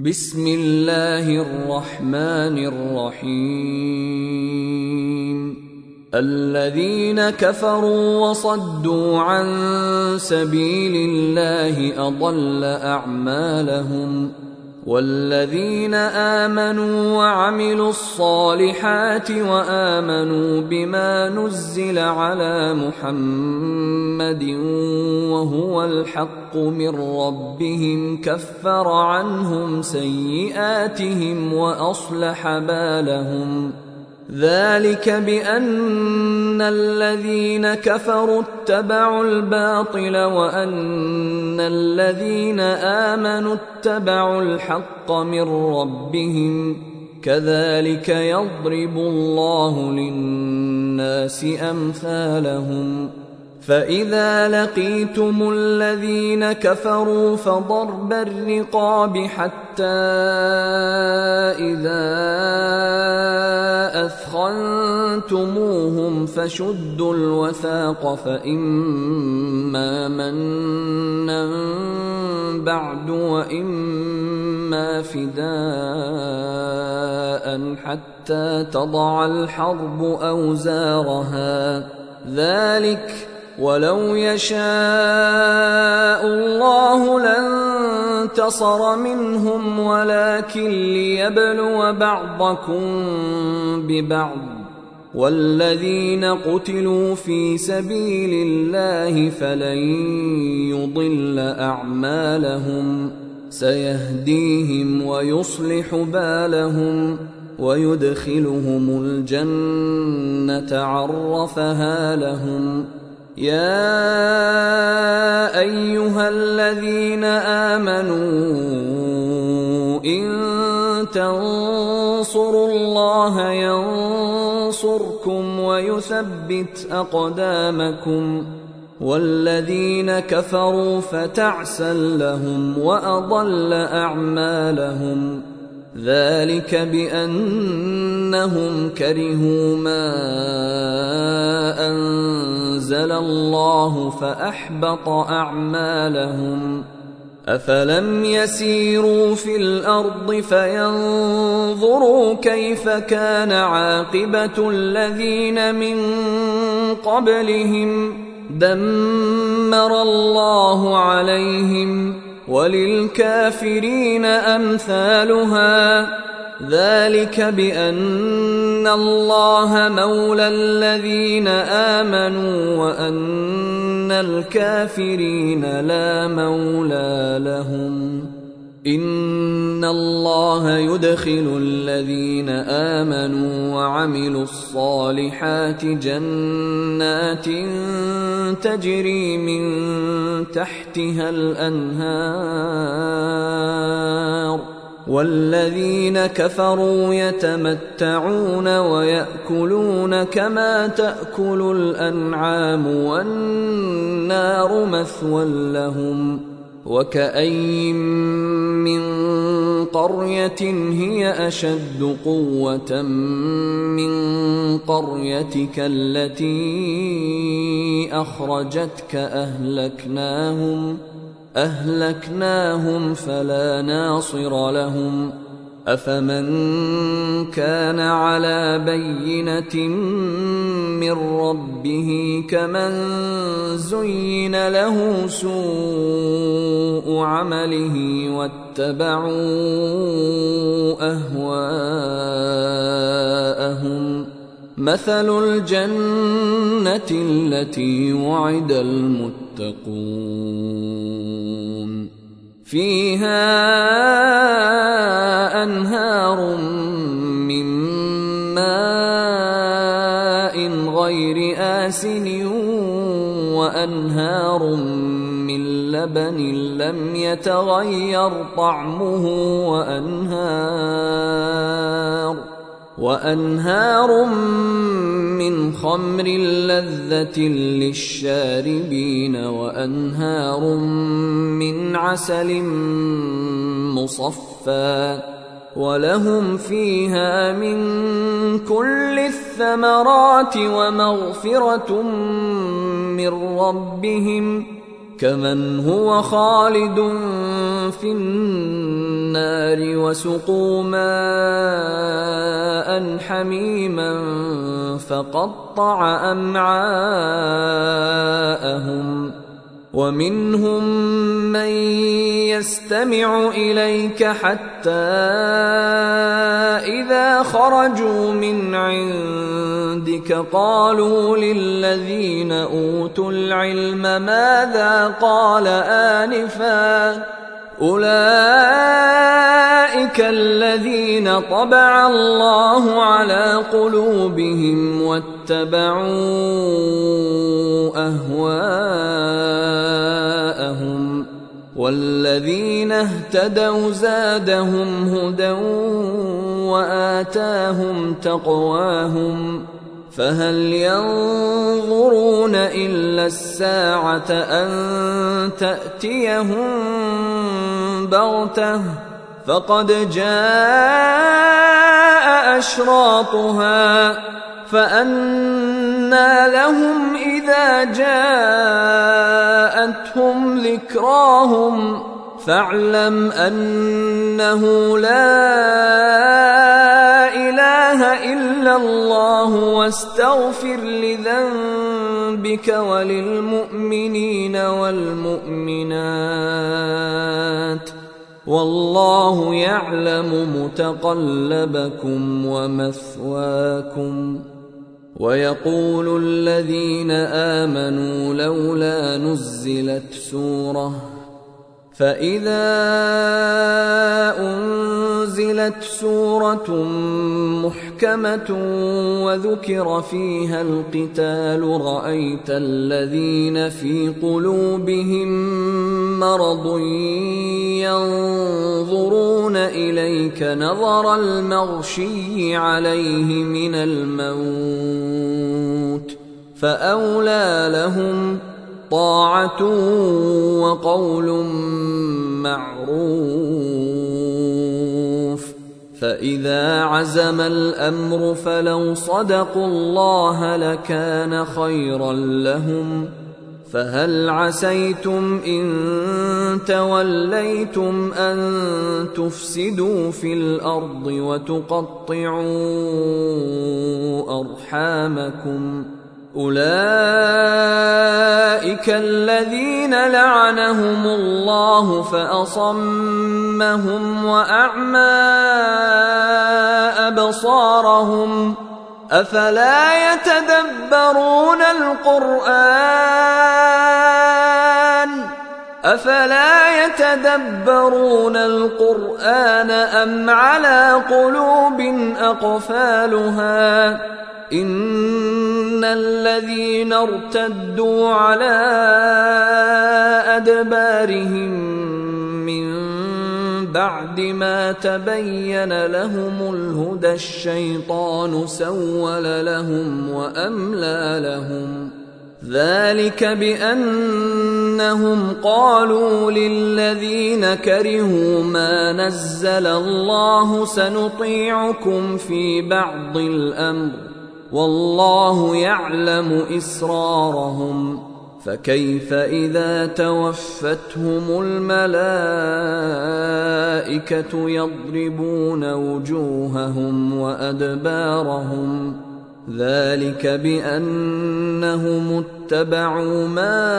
بسم الله الرحمن الرحيم الذين كفروا وصدوا عن سبيل الله أضل أعمالهم والذين آمنوا وعملوا الصالحات وآمنوا بما نزل على محمد وهو الحق من ربهم كفر عنهم سيئاتهم وأصلح بالهم ذلك بأن الذين كفروا اتبعوا الباطل وأن الذين آمنوا اتبعوا الحق من ربهم كذلك يضرب الله للناس أمثالهم فإذا لقيتم الذين كفروا فضرب الرقاب حتى إذا أثخنتموهم فشدوا الوثاق فإما منا بعد وإما فداء حتى تضع الحرب أوزارها ذلك ولو يشاء الله لانتصر منهم ولكن ليبلو بعضكم ببعض والذين قتلوا في سبيل الله فلن يضل أعمالهم سيهديهم ويصلح بالهم ويدخلهم الجنة عرفها لهم يا أيها الذين آمنوا إن تنصروا الله ينصركم ويثبت أقدامكم والذين كفروا فتعسا لهم وأضل أعمالهم ذلك بأنهم كرهوا ما أنزل الله فأحبط أعمالهم أفلم يسيروا في الأرض فينظروا كيف كان عاقبة الذين من قبلهم دمر الله عليهم وللكافرين أمثالها ذلك بأن الله مولى الذين آمنوا وأن الكافرين لا مولى لهم إن الله يدخل الذين آمنوا وعملوا الصالحات جنات تجري من تحتها الأنهار والذين كفروا يتمتعون ويأكلون كما تأكل الأنعام والنار مثوى لهم وكأين من قرية هي أشد قوة من قريتك التي أخرجتك أهلكناهم فلا ناصر لهم أفمن كان على بينة من ربه كمن زين له سوء عمله واتبعوا أهواءهم مثل الجنة التي وعد المتقون فيها أنهار من ماء غير آسن وأنهار من لبن لم يتغير طعمه وأنهار من خمر لذة للشاربين وأنهار من عسل مصفى ولهم فيها من كل الثمرات ومغفرة من ربهم كمن هو خالد في النار النار وسقوا ماء حميما فقطع أمعاءهم ومنهم من يستمع إليك حتى إذا خرجوا من عندك قالوا للذين أوتوا العلم ماذا قال آنفا أولئك الذين طبع الله على قلوبهم واتبعوا أهواءهم والذين اهتدوا زادهم هدى وآتاهم تقواهم فهل ينظرون إلا الساعة أن تأتيهم بغتة فقد جاء أشراطها فأنى لهم إذا جاءتهم ذكراهم فاعلم أنه لا إله إلا الله واستغفر لذنبك وللمؤمنين والمؤمنات والله يعلم متقلبكم ومثواكم. ويقول الذين آمنوا لولا نزلت سورة فإذا أنزلت سورة محكمة وذكر فيها القتال رأيت الذين في قلوبهم مرض ينظرون إليك نظر المغشي عليه من الموت فأولى لهم طاعة وقول معروف. فإذا عزم الأمر فلو صدقوا الله لكان خيرا لهم. فهل عسيتم إن توليتم أن تفسدوا في الأرض وتقطعوا أرحامكم أولئك الذين لعنهم الله فأصمهم وأعمى أبصارهم أفلا يتدبرون القرآن أم على قلوب أقفالها إن الذين ارتدوا على أدبارهم من بعد ما تبين لهم الهدى الشيطان سول لهم وأملى لهم ذلك بأنهم قالوا للذين كرهوا ما نزل الله سنطيعكم في بعض الأمر والله يعلم إسرارهم فكيف إذا توفتهم الملائكة يضربون وجوههم وأدبارهم ذلك بأنهم اتبعوا ما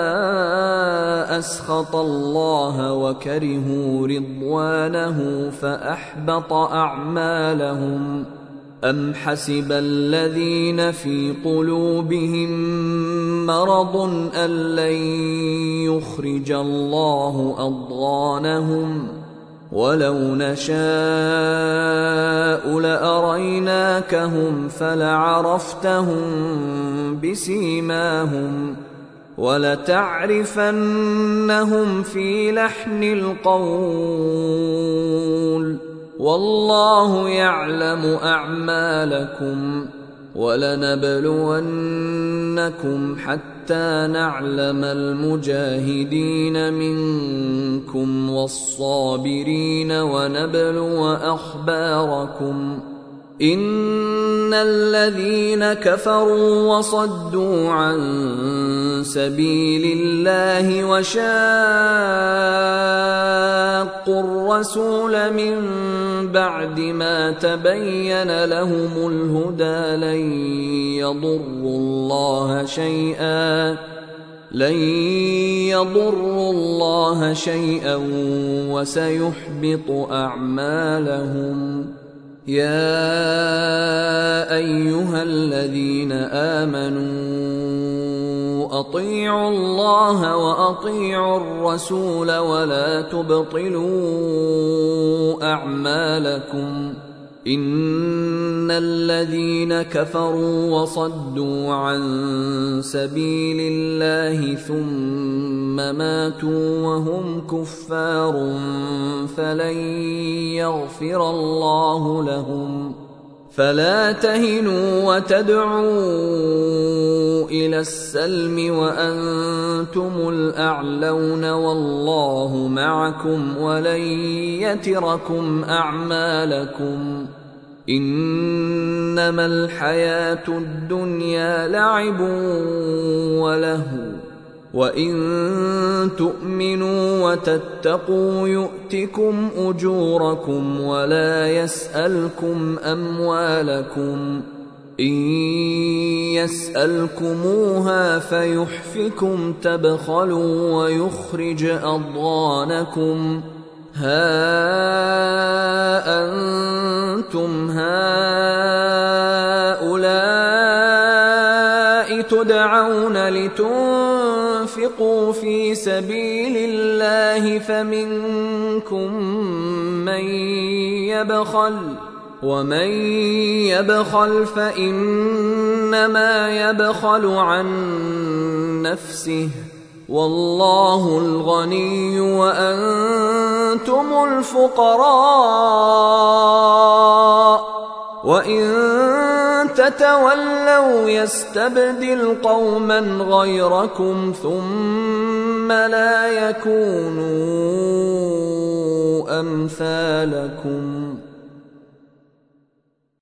أسخط الله وكرهوا رضوانه فأحبط أعمالهم أم حسب الذين في قلوبهم مرض أن لن يخرج الله أضغانهم ولو نشاء لأريناكهم فلعرفتهم بسيماهم ولتعرفنهم في لحن القول والله يعلم أعمالكم ولنبلونكم حتى نعلم المجاهدين منكم والصابرين ونبلو أخباركم إن الذين كفروا وصدوا عن سبيل الله وشاقوا الرسول من بعد ما تبين لهم الهدى لن يضروا الله شيئا وسيحبط أعمالهم. يا أيها الذين آمنوا أطيعوا الله وأطيعوا الرسول ولا تبطلوا أعمالكم. إن الذين كفروا وصدوا عن سبيل الله ثم ماتوا وهم كفار فلن يغفر الله لهم. فلا تهنوا وتدعوا إلى السلم وأنتم الأعلون والله معكم ولن يتركم أعمالكم. إنما الحياة الدنيا لعب ولهو وإن تؤمنوا وتتقوا يؤتكم أجوركم ولا يسألكم أموالكم. إن يسألكموها فيحفكم تبخلوا ويخرج أضغانكم. ها أنتم هؤلاء تدعون لتنفقوا في سبيل الله فمنكم من يبخل ومن يبخل فإنما يبخل عن نفسه والله الغني وأنتم الفقراء وإن تتولوا يستبدل قوما غيركم ثم لا يكونوا أمثالكم.